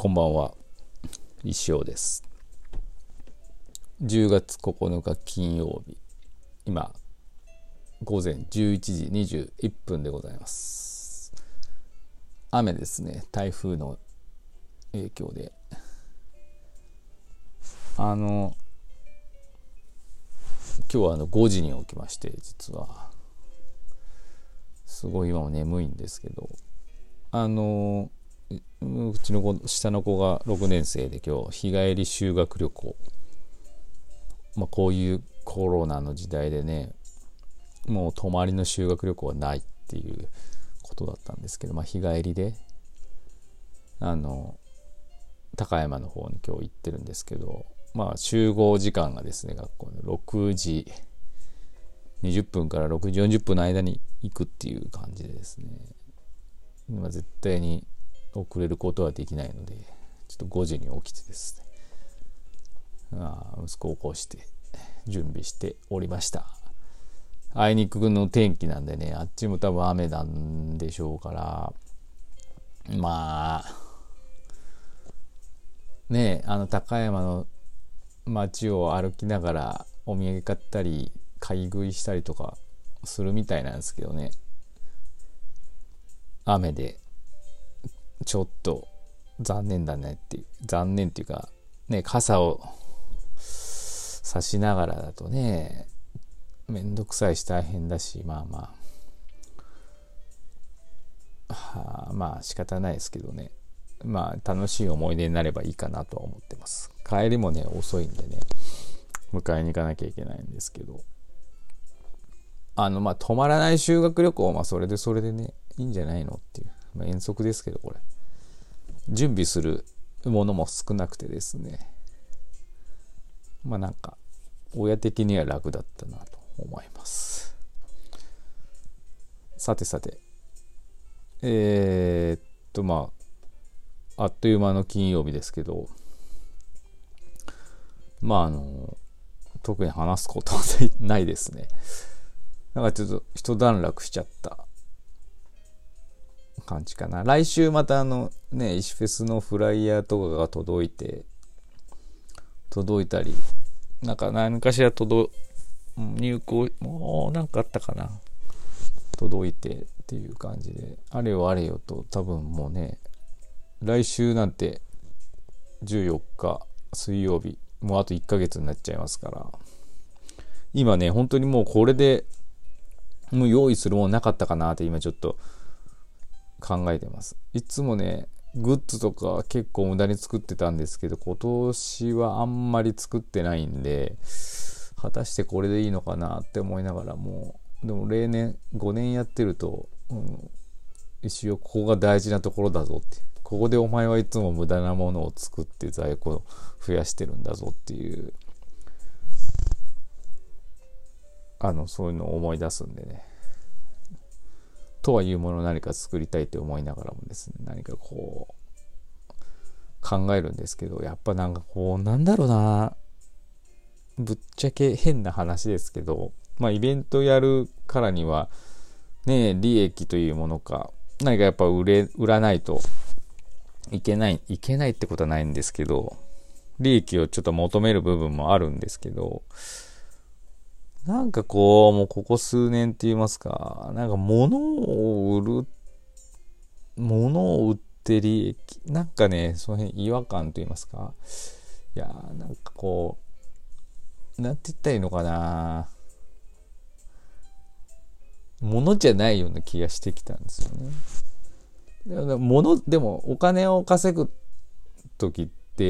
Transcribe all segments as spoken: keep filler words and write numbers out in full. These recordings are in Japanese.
こんばんは、石尾です。じゅうがつここのか金曜日、今午前じゅういちじにじゅういっぷんでございます。雨ですね。台風の影響で、あの今日はあのごじに起きまして、実はすごい今も眠いんですけど、あのうちの子下の子がろくねん生で、今日日帰り修学旅行、まあ、こういうコロナの時代でね、もう泊まりの修学旅行はないっていうことだったんですけど、まあ、日帰りであの高山の方に今日行ってるんですけど、まあ集合時間がですね、学校のろくじにじゅっぷんからろくじよんじゅっぷんの間に行くっていう感じでですね、まあ、絶対に遅れることはできないので、ちょっとごじに起きてですね、まあ、息子を起こして準備しておりました。あいにくの天気なんでね、あっちも多分雨なんでしょうから、まあねえ、あの高山の街を歩きながらお土産買ったり買い食いしたりとかするみたいなんですけどね、雨でちょっと残念だねっていう、残念っていうかね、傘を差しながらだとね、めんどくさいし大変だし、まあまあ、はあ、まあ仕方ないですけどね、まあ楽しい思い出になればいいかなとは思ってます。帰りもね遅いんでね、迎えに行かなきゃいけないんですけど、あのまあ泊まらない修学旅行、まあそれでそれでねいいんじゃないのっていう、まあ、遠足ですけど、これ準備するものも少なくてですね、まあなんか親的には楽だったなと思います。さてさて、えー、っとまああっという間の金曜日ですけど、まああの特に話すことはないですね。なんかちょっと一段落しちゃった感じかな。来週またあのね、石フェスのフライヤーとかが届いて届いたり、なんか何かしら届入稿もうなんかあったかな、届いてっていう感じで、あれよあれよと、多分もうね、来週なんてじゅうよっか水曜日、もうあといっかげつになっちゃいますから、今ね本当にもうこれでもう用意するものなかったかなって今ちょっと考えてます。いつもねグッズとか結構無駄に作ってたんですけど、今年はあんまり作ってないんで、果たしてこれでいいのかなって思いながらも、でも例年ごねんやってると、うん、一応ここが大事なところだぞって、ここでお前はいつも無駄なものを作って在庫を増やしてるんだぞっていう、あのそういうのを思い出すんでね、とはいうものを何か作りたいと思いながらもですね、何かこう考えるんですけど、やっぱなんかこうなんだろうな、ぶっちゃけ変な話ですけど、まあイベントやるからにはね、利益というものか何かやっぱ売れ売らないといけないいけないってことはないんですけど、利益をちょっと求める部分もあるんですけど、なんかこうもうここ数年って言いますか、なんか物を売る物を売って利益、なんかねその辺違和感と言いますか、いやーなんかこうなんて言ったらいいのかな、物じゃないような気がしてきたんですよね。で物でもお金を稼ぐ時って、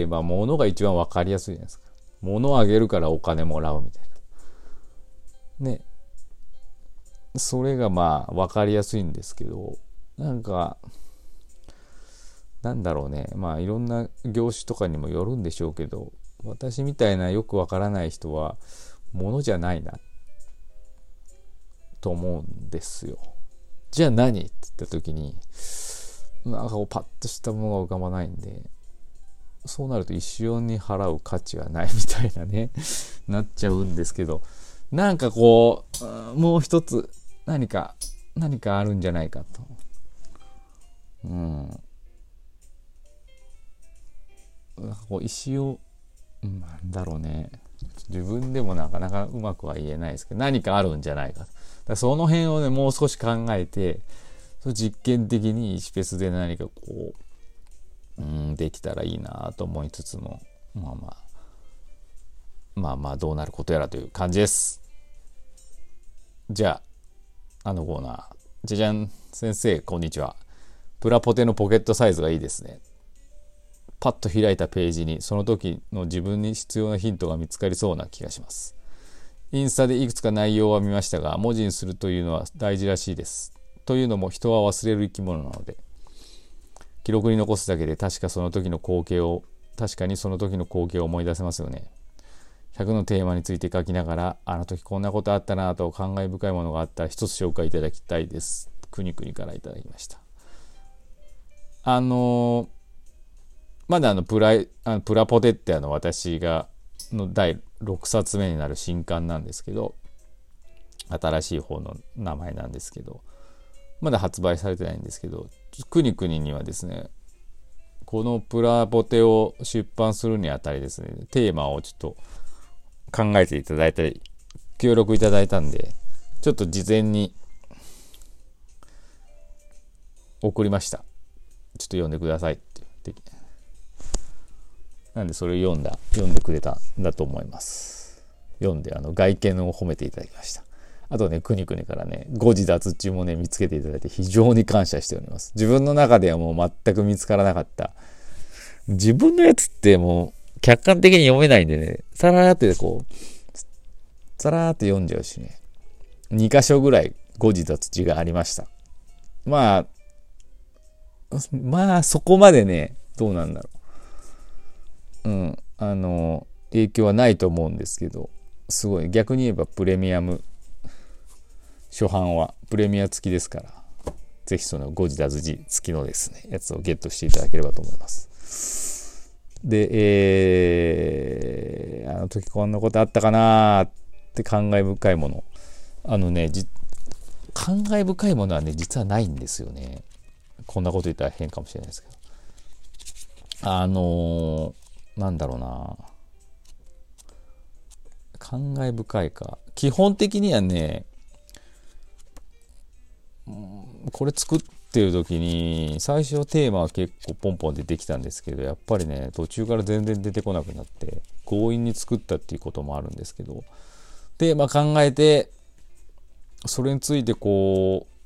まあ物が一番わかりやすいじゃないですか。物をあげるからお金もらうみたいなね、それがまあわかりやすいんですけど、なんかなんだろうね、まあいろんな業種とかにもよるんでしょうけど、私みたいなよくわからない人は物じゃないなと思うんですよ。じゃあ何って言った時に、なんかこうパッとしたものが浮かばないんで、そうなると一生に払う価値はないみたいなねなっちゃうんですけど、なんかこうもう一つ何か何かあるんじゃないかと、うん、 なんかこう石をなんだろうね、自分でもなかなかうまくは言えないですけど、何かあるんじゃないかと。だからその辺をねもう少し考えて、実験的にいちペースで何かこう、うん、できたらいいなと思いつつも、まあまあまあまあどうなることやらという感じです。じゃああのコーナー、じゃじゃん。先生こんにちは。プラポテのポケットサイズがいいですね。パッと開いたページにその時の自分に必要なヒントが見つかりそうな気がします。インスタでいくつか内容は見ましたが、文字にするというのは大事らしいです。というのも人は忘れる生き物なので、記録に残すだけで確かその時の光景を確かにその時の光景を思い出せますよね。ひゃくのテーマについて書きながら、あの時こんなことあったなと感慨深いものがあったら一つ紹介いただきたいです。くにくにからいただきました。あのー、まだあのプライあのプラポテってあの私がのだいろくさつめになる新刊なんですけど、新しい方の名前なんですけど、まだ発売されてないんですけど、くにくににはですね、このプラポテを出版するにあたりですね、テーマをちょっと考えていただいたり協力いただいたんで、ちょっと事前に送りました。ちょっと読んでくださいって言って、なんでそれを読んだ読んでくれたんだと思います。読んであの外見を褒めていただきました。あとね、くにくにからね、誤字脱字もね見つけていただいて非常に感謝しております。自分の中ではもう全く見つからなかった。自分のやつってもう客観的に読めないんでね、さらーってこうさらーって読んじゃうしね。に箇所ぐらい誤字脱字がありました。まあまあそこまでね、どうなんだろう。うん、あの影響はないと思うんですけど、すごい逆に言えばプレミアム初版はプレミア付きですから、ぜひその誤字脱字付きのですねやつをゲットしていただければと思います。で、えー、あの時こんなことあったかなって感慨深いもの、あのねじ感慨深いものはね実はないんですよね。こんなこと言ったら変かもしれないですけど、あのー、なんだろうな、感慨深いか、基本的にはね、これ作ってる時に最初テーマは結構ポンポン出てきたんですけど、やっぱりね途中から全然出てこなくなって強引に作ったっていうこともあるんですけど、テーマ考えてそれについてこう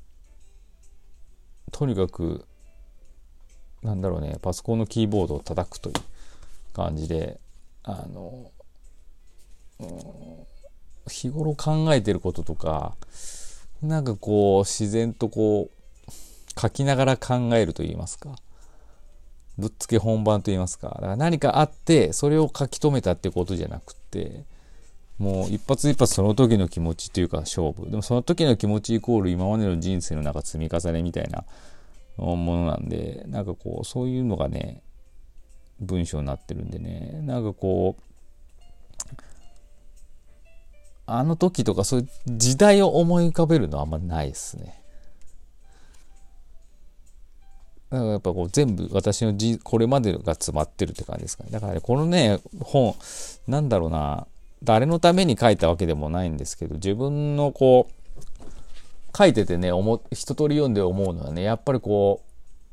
とにかくなんだろうね、パソコンのキーボードを叩くという感じで、あの、うん、日頃考えてることとか、なんかこう自然とこう書きながら考えると言いますか、ぶっつけ本番と言いますか、だから何かあってそれを書き留めたってことじゃなくて、もう一発一発その時の気持ちというか勝負、でもその時の気持ちイコール今までの人生のなんか積み重ねみたいなものなんで、なんかこうそういうのがね文章になってるんでね、なんかこうあの時とかそういう時代を思い浮かべるのはあんまないですね。だからやっぱこう全部私のじこれまでが詰まってるって感じですかね。だからねこのね本なんだろうな、誰のために書いたわけでもないんですけど、自分のこう書いててね思一通り読んで思うのはね、やっぱりこ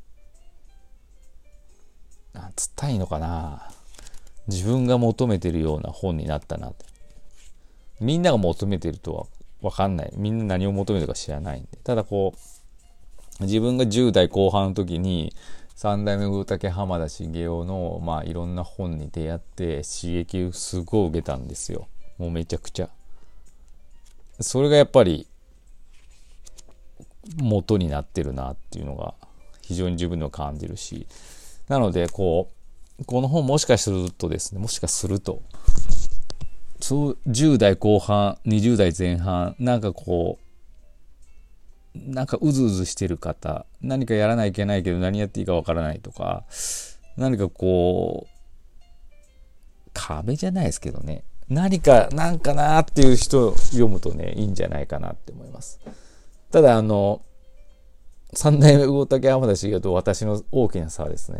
うなんつったらいいのかな、自分が求めてるような本になったなって。みんなが求めてるとは分かんない、みんな何を求めてるか知らないんで、ただこう自分がじゅう代後半の時に三代目大竹浜田茂雄のまあいろんな本に出会って刺激をすごい受けたんですよ。もうめちゃくちゃそれがやっぱり元になってるなっていうのが非常に自分でも感じるし、なのでこうこの本もしかするとですねもしかするとそうじゅう代後半にじゅう代前半、なんかこうなんかうずうずしてる方、何かやらないといけないけど何やっていいかわからないとか、何かこう壁じゃないですけどね、何かなんかなっていう人を読むとねいいんじゃないかなって思います。ただあの三代目大竹浜田茂雄と私の大きな差はですね、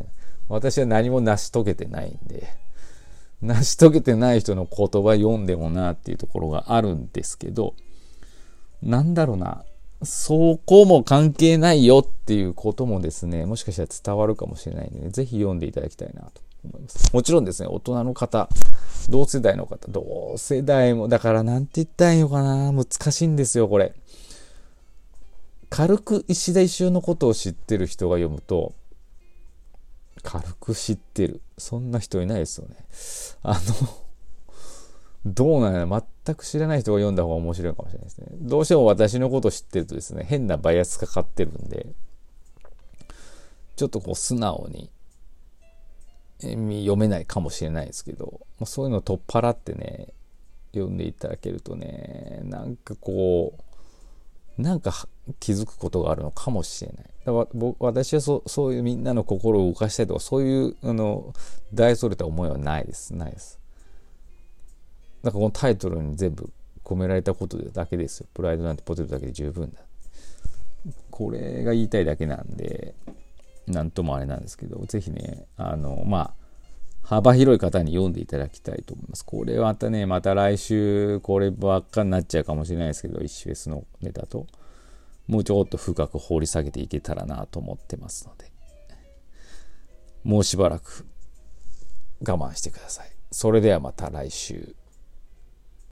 私は何も成し遂げてないんで、成し遂げてない人の言葉読んでもなっていうところがあるんですけど、なんだろうな、そこも関係ないよっていうこともですね、もしかしたら伝わるかもしれないので、ぜひ読んでいただきたいなと思います。もちろんですね、大人の方、同世代の方、同世代も、だからなんて言ったらいいのかな、難しいんですよ、これ。軽く石田一生のことを知ってる人が読むと、軽く知ってる。そんな人いないですよね。あの、どうなんやろ、全く知らない人が読んだ方が面白いかもしれないですね。どうしても私のことを知ってるとですね、変なバイアスかかってるんで、ちょっとこう素直に読めないかもしれないですけど、そういうのを取っ払ってね、読んでいただけるとね、なんかこう、なんか気づくことがあるのかもしれない。だから僕私はそそういうみんなの心を動かしたいとか、そういうあの大それた思いはないです。ないです。だからこのタイトルに全部込められたことだけですよ。プライドなんてポテトだけで十分だ。これが言いたいだけなんで、なんともあれなんですけど、ぜひね、あの、まあ、幅広い方に読んでいただきたいと思います。これはまたね、また来週こればっかになっちゃうかもしれないですけど、一フェスのネタと、もうちょっと深く掘り下げていけたらなと思ってますので、もうしばらく我慢してください。それではまた来週。